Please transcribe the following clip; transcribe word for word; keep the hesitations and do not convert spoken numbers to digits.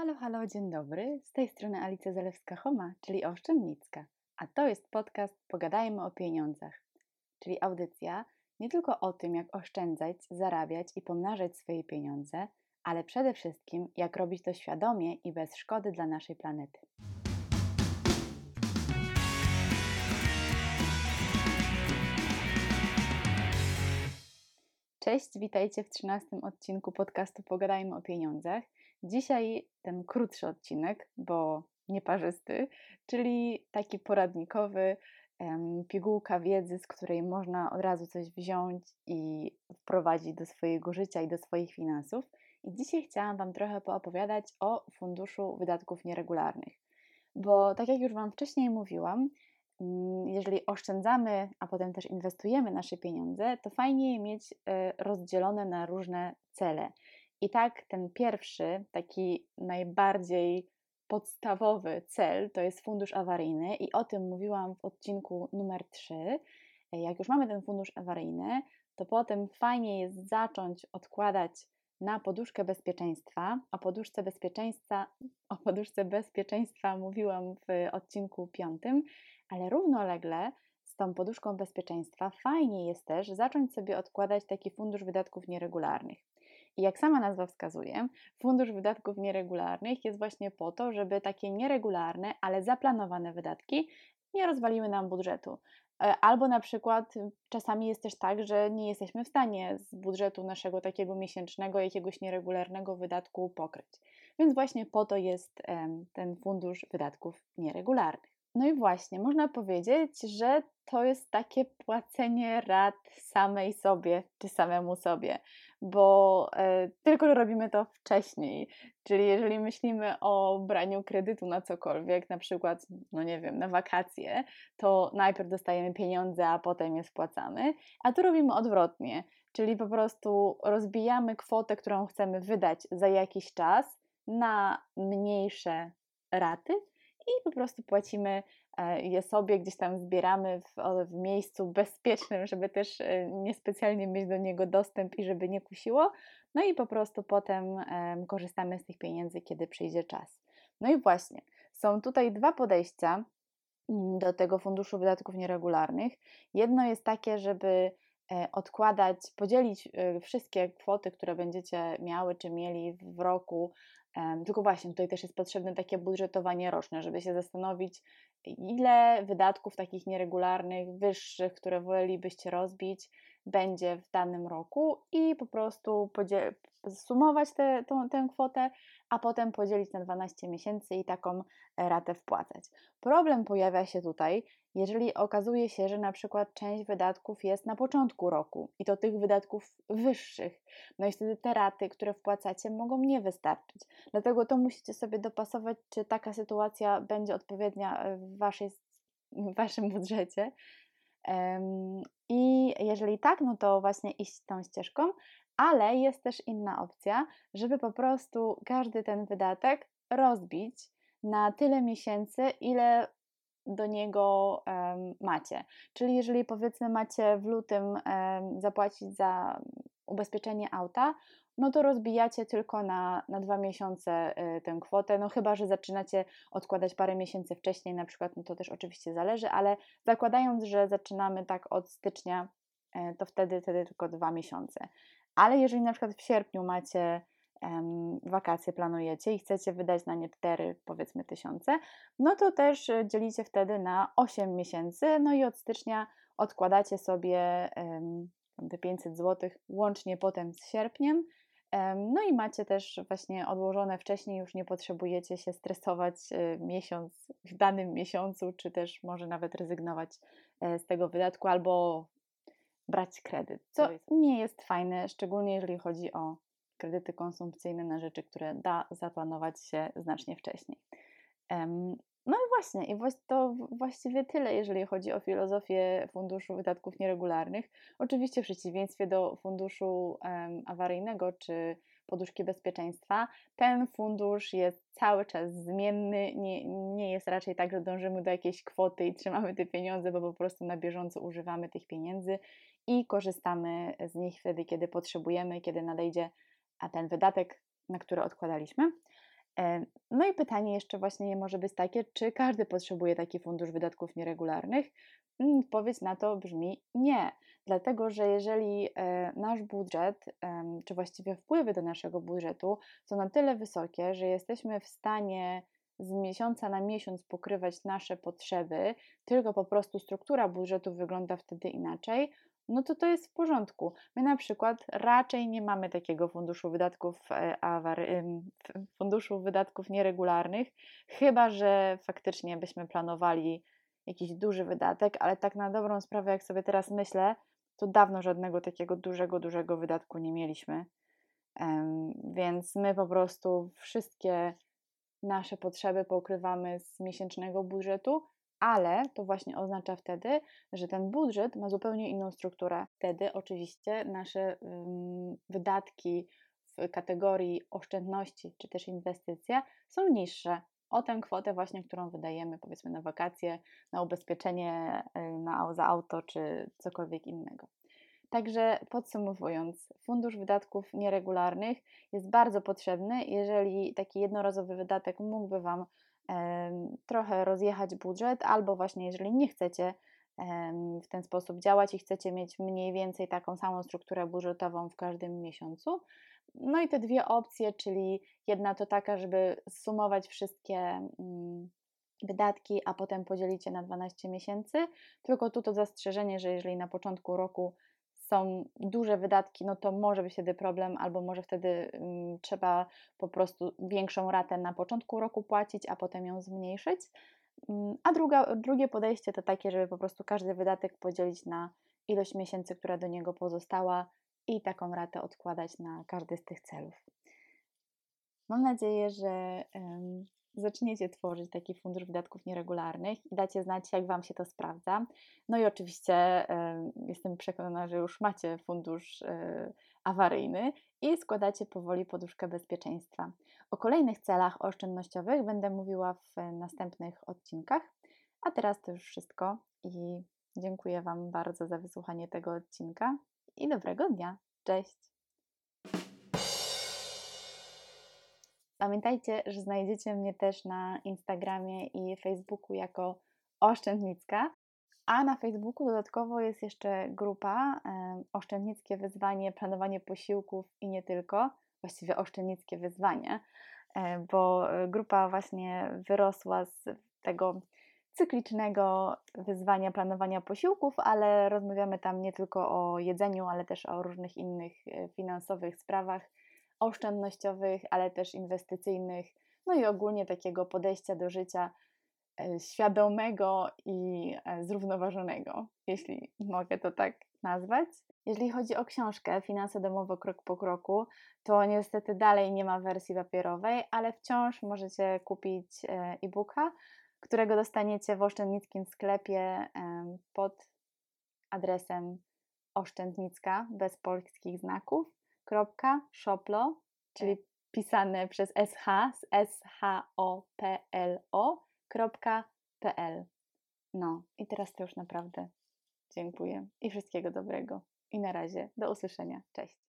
Halo, halo, dzień dobry. Z tej strony Alicja Zalewska-Homa, czyli Oszczędnicka. A to jest podcast Pogadajmy o pieniądzach, czyli audycja nie tylko o tym, jak oszczędzać, zarabiać i pomnażać swoje pieniądze, ale przede wszystkim jak robić to świadomie i bez szkody dla naszej planety. Cześć, witajcie w trzynastym odcinku podcastu Pogadajmy o pieniądzach. Dzisiaj ten krótszy odcinek, bo nieparzysty, czyli taki poradnikowy, em, pigułka wiedzy, z której można od razu coś wziąć i wprowadzić do swojego życia i do swoich finansów. I dzisiaj chciałam Wam trochę poopowiadać o Funduszu Wydatków Nieregularnych, bo tak jak już Wam wcześniej mówiłam, jeżeli oszczędzamy, a potem też inwestujemy nasze pieniądze, to fajnie je mieć rozdzielone na różne cele. I tak ten pierwszy, taki najbardziej podstawowy cel to jest fundusz awaryjny i o tym mówiłam w odcinku numer trzy. Jak już mamy ten fundusz awaryjny, to potem fajnie jest zacząć odkładać na poduszkę bezpieczeństwa. O poduszce bezpieczeństwa, o poduszce bezpieczeństwa mówiłam w odcinku piątym, ale równolegle z tą poduszką bezpieczeństwa fajnie jest też zacząć sobie odkładać taki fundusz wydatków nieregularnych. I jak sama nazwa wskazuje, fundusz wydatków nieregularnych jest właśnie po to, żeby takie nieregularne, ale zaplanowane wydatki nie rozwaliły nam budżetu. Albo na przykład czasami jest też tak, że nie jesteśmy w stanie z budżetu naszego takiego miesięcznego jakiegoś nieregularnego wydatku pokryć. Więc właśnie po to jest ten fundusz wydatków nieregularnych. No i właśnie, można powiedzieć, że to jest takie płacenie rat samej sobie czy samemu sobie, bo y, tylko robimy to wcześniej. Czyli jeżeli myślimy o braniu kredytu na cokolwiek, na przykład, no nie wiem, na wakacje, to najpierw dostajemy pieniądze, a potem je spłacamy, a tu robimy odwrotnie, czyli po prostu rozbijamy kwotę, którą chcemy wydać za jakiś czas na mniejsze raty, i po prostu płacimy je sobie, gdzieś tam zbieramy w, w miejscu bezpiecznym, żeby też niespecjalnie mieć do niego dostęp i żeby nie kusiło. No i po prostu potem um, korzystamy z tych pieniędzy, kiedy przyjdzie czas. No i właśnie, są tutaj dwa podejścia do tego funduszu wydatków nieregularnych. Jedno jest takie, żeby odkładać, podzielić wszystkie kwoty, które będziecie miały czy mieli w roku. Tylko właśnie tutaj też jest potrzebne takie budżetowanie roczne, żeby się zastanowić, ile wydatków takich nieregularnych, wyższych, które wolelibyście rozbić, będzie w danym roku i po prostu podziel- sumować te, tą, tę kwotę, a potem podzielić na dwanaście miesięcy i taką ratę wpłacać. Problem pojawia się tutaj, jeżeli okazuje się, że na przykład część wydatków jest na początku roku i to tych wydatków wyższych, no i wtedy te raty, które wpłacacie, mogą nie wystarczyć. Dlatego to musicie sobie dopasować, czy taka sytuacja będzie odpowiednia w, waszej, w waszym budżecie. I jeżeli tak, no to właśnie iść tą ścieżką, ale jest też inna opcja, żeby po prostu każdy ten wydatek rozbić na tyle miesięcy, ile do niego um, macie. Czyli jeżeli powiedzmy macie w lutym um, zapłacić za ubezpieczenie auta, no to rozbijacie tylko na, na dwa miesiące y, tę kwotę, no chyba, że zaczynacie odkładać parę miesięcy wcześniej na przykład, no to też oczywiście zależy, ale zakładając, że zaczynamy tak od stycznia, y, to wtedy, wtedy tylko dwa miesiące. Ale jeżeli na przykład w sierpniu macie wakacje planujecie i chcecie wydać na nie cztery, powiedzmy, tysiące, no to też dzielicie wtedy na osiem miesięcy, no i od stycznia odkładacie sobie te pięćset złotych łącznie potem z sierpniem, no i macie też właśnie odłożone wcześniej, już nie potrzebujecie się stresować miesiąc w danym miesiącu, czy też może nawet rezygnować z tego wydatku albo brać kredyt, co nie jest fajne, szczególnie jeżeli chodzi o kredyty konsumpcyjne na rzeczy, które da zaplanować się znacznie wcześniej. No i właśnie, i to właściwie tyle, jeżeli chodzi o filozofię Funduszu Wydatków Nieregularnych. Oczywiście w przeciwieństwie do funduszu awaryjnego czy poduszki bezpieczeństwa, ten fundusz jest cały czas zmienny, nie, nie jest raczej tak, że dążymy do jakiejś kwoty i trzymamy te pieniądze, bo po prostu na bieżąco używamy tych pieniędzy i korzystamy z nich wtedy, kiedy potrzebujemy, kiedy nadejdzie a ten wydatek, na który odkładaliśmy. No i pytanie jeszcze właśnie może być takie, czy każdy potrzebuje taki fundusz wydatków nieregularnych? Odpowiedź na to brzmi nie, dlatego że jeżeli nasz budżet, czy właściwie wpływy do naszego budżetu są na tyle wysokie, że jesteśmy w stanie z miesiąca na miesiąc pokrywać nasze potrzeby, tylko po prostu struktura budżetu wygląda wtedy inaczej, no to to jest w porządku. My na przykład raczej nie mamy takiego funduszu wydatków awary, funduszu wydatków nieregularnych, chyba że faktycznie byśmy planowali jakiś duży wydatek, ale tak na dobrą sprawę, jak sobie teraz myślę, to dawno żadnego takiego dużego, dużego wydatku nie mieliśmy. Więc my po prostu wszystkie nasze potrzeby pokrywamy z miesięcznego budżetu, ale to właśnie oznacza wtedy, że ten budżet ma zupełnie inną strukturę. Wtedy oczywiście nasze ym, wydatki w kategorii oszczędności czy też inwestycje są niższe o tę kwotę właśnie, którą wydajemy powiedzmy na wakacje, na ubezpieczenie na, za auto czy cokolwiek innego. Także podsumowując, fundusz wydatków nieregularnych jest bardzo potrzebny, jeżeli taki jednorazowy wydatek mógłby Wam e, trochę rozjechać budżet, albo właśnie jeżeli nie chcecie e, w ten sposób działać i chcecie mieć mniej więcej taką samą strukturę budżetową w każdym miesiącu. No i te dwie opcje, czyli jedna to taka, żeby sumować wszystkie mm, wydatki, a potem podzielić je na dwanaście miesięcy, tylko tu to zastrzeżenie, że jeżeli na początku roku są duże wydatki, no to może być wtedy problem, albo może wtedy um, trzeba po prostu większą ratę na początku roku płacić, a potem ją zmniejszyć. Um, a druga, drugie podejście to takie, żeby po prostu każdy wydatek podzielić na ilość miesięcy, która do niego pozostała i taką ratę odkładać na każdy z tych celów. Mam nadzieję, że um, zaczniecie tworzyć taki fundusz wydatków nieregularnych i dacie znać, jak Wam się to sprawdza. No i oczywiście y, jestem przekonana, że już macie fundusz y, awaryjny i składacie powoli poduszkę bezpieczeństwa. O kolejnych celach oszczędnościowych będę mówiła w następnych odcinkach, a teraz to już wszystko i dziękuję Wam bardzo za wysłuchanie tego odcinka i dobrego dnia. Cześć! Pamiętajcie, że znajdziecie mnie też na Instagramie i Facebooku jako Oszczędnicka, a na Facebooku dodatkowo jest jeszcze grupa e, Oszczędnickie Wyzwanie, Planowanie Posiłków i nie tylko, właściwie Oszczędnickie Wyzwanie, e, bo grupa właśnie wyrosła z tego cyklicznego wyzwania planowania posiłków, ale rozmawiamy tam nie tylko o jedzeniu, ale też o różnych innych finansowych sprawach, oszczędnościowych, ale też inwestycyjnych, no i ogólnie takiego podejścia do życia świadomego i zrównoważonego, jeśli mogę to tak nazwać. Jeżeli chodzi o książkę Finanse domowe krok po kroku, to niestety dalej nie ma wersji papierowej, ale wciąż możecie kupić e-booka, którego dostaniecie w oszczędnickim sklepie pod adresem oszczędnicka bez polskich znaków .shoplo, czyli pisane przez sh z s h o p l o .pl. No i teraz to już naprawdę dziękuję i wszystkiego dobrego. I na razie, do usłyszenia. Cześć!